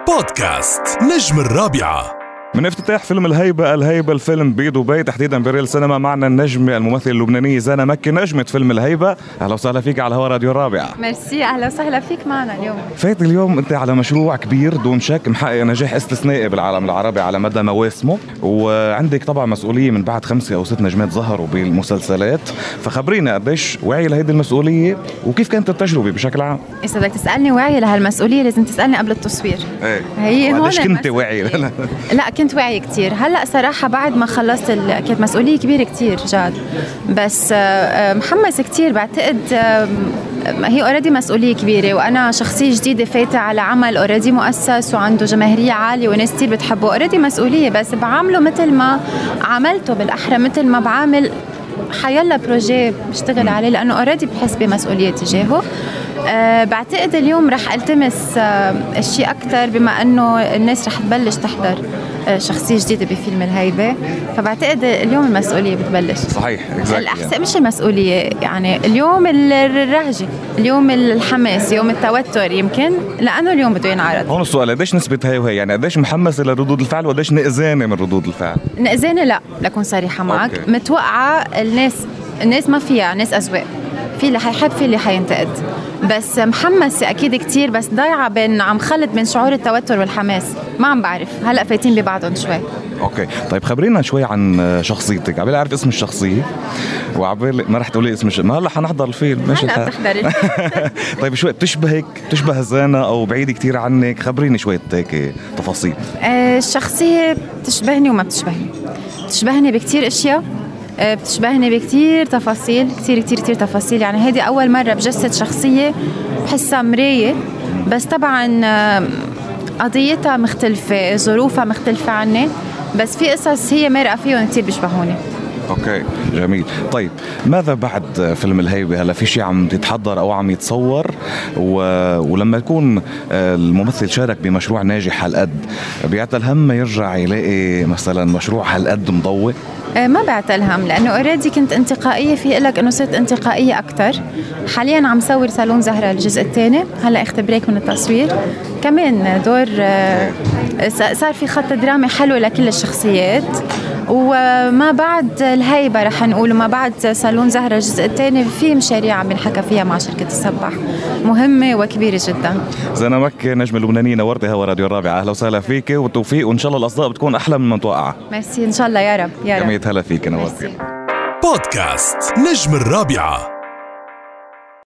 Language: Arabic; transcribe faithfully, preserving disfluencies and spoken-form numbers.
بودكاست نجم الرابعة. من افتتاح فيلم الهيبة الهيبة الفيلم بدبي تحديدا بريل سينما معنا النجمة الممثلة اللبنانية زانا مكي نجمة فيلم الهيبة. أهلا وسهلا فيك على هوا راديو الرابعة. ميرسي، أهلا وسهلا فيك معنا اليوم. فايت اليوم أنت على مشروع كبير دون شك محقق نجاح استثنائي بالعالم العربي على مدى مواسمه، وعندك طبعا مسؤولية من بعد خمسة أو ست نجمات ظهروا بالمسلسلات، فخبرينا قديش واعي لهيدي المسؤولية وكيف كانت التجربة بشكل عام؟ إذا بدك تسألني واعية لهالمسؤولية لازم تسألني قبل التصوير. ايه هي هون قديش كنت واعي؟ لا كنت واعية كتير. هلأ صراحة بعد ما خلصت ال... كانت مسؤولية كبيرة كتير جاد، بس محمس كتير. بعتقد هي أوريدي مسؤولية كبيرة، وأنا شخصية جديدة فايتة على عمل أوريدي مؤسس وعنده جماهيرية عالية وناس كتير بتحبه. أوريدي مسؤولية، بس بعامله مثل ما عملته، بالأحرى مثل ما بعامل حيلا بروجي بشتغل عليه، لأنه أوريدي بحس بمسؤولية تجاهه. أه بعتقد اليوم رح التمس أه الشيء أكتر، بما أنه الناس رح تبلش تحضر أه شخصية جديدة بفيلم الهيبة، فبعتقد اليوم المسؤولية بتبلش. صحيح، الأحسن مش المسؤولية، يعني اليوم الرهجة، اليوم الحماس، يوم التوتر يمكن، لأنه اليوم بده ينعرض. هون السؤال، قديش نسبة هاي وهي؟ يعني قديش محمسة لردود الفعل وقديش نقزانة من ردود الفعل؟ نقزانة لا، لكون صريحة معك. أوكي. متوقعة الناس الناس ما فيها، ناس أذواق، في اللي حيحب في اللي حينتقد، بس محمسة أكيد كتير، بس ضايعة بين عم خلط بين شعور التوتر والحماس، ما عم بعرف، هلأ فايتين ببعضهم شوي. اوكي طيب خبرينا شوي عن شخصيتك. عبالي اعرف اسم الشخصية وعبالي ما رح تقولي اسم الشخصية، ما هلا حنحضر الفيلم ماشي هلا بتحضري. طيب شوي بتشبهك بتشبه زانا او بعيدة كتير عنك؟ خبريني شوية هيك تفاصيل. آه الشخصية بتشبهني وما بتشبهني، بتشبهني بكتير اشياء، بتشبهني بكتير تفاصيل، كتير كتير كتير تفاصيل. يعني هيدي أول مرة بجسد شخصية بحسها مراية، بس طبعا قضيتها مختلفة، ظروفها مختلفة عني، بس في قصص هي مرقة فيهم كتير بيشبهوني. اوكي جميل. طيب ماذا بعد فيلم الهيبة؟ هلا في شيء عم تتحضر او عم يتصور و... ولما يكون الممثل شارك بمشروع ناجح هالقد، بيعتل هم يرجع يلاقي مثلا مشروع هالقد مضوي؟ ما بعتلهم، لأنه أوريدي كنت انتقائية، في إلك أنه صرت انتقائية أكتر. حاليا عم صور صالون زهرة الجزء الثاني، هلأ اخت بريك من التصوير، كمان دور صار في خط درامي حلو لكل الشخصيات. وما بعد الهيبة رح نقول، وما بعد صالون زهرة الجزء الثاني في مشاريع عم بنحكى فيها مع شركة الصباح مهمة وكبيرة جدا. زانا مكي نجمة لبنانية، نورتي هوا راديو الرابعة. أهلا وسهلا فيك والتوفيق، وإن شاء الله الأصداء بتكون أحلى من متوقعة. ميرسي إن شاء الله يا رب يا رب. جميل، هلا فيك، نورتي. بودكاست نجم الرابعة.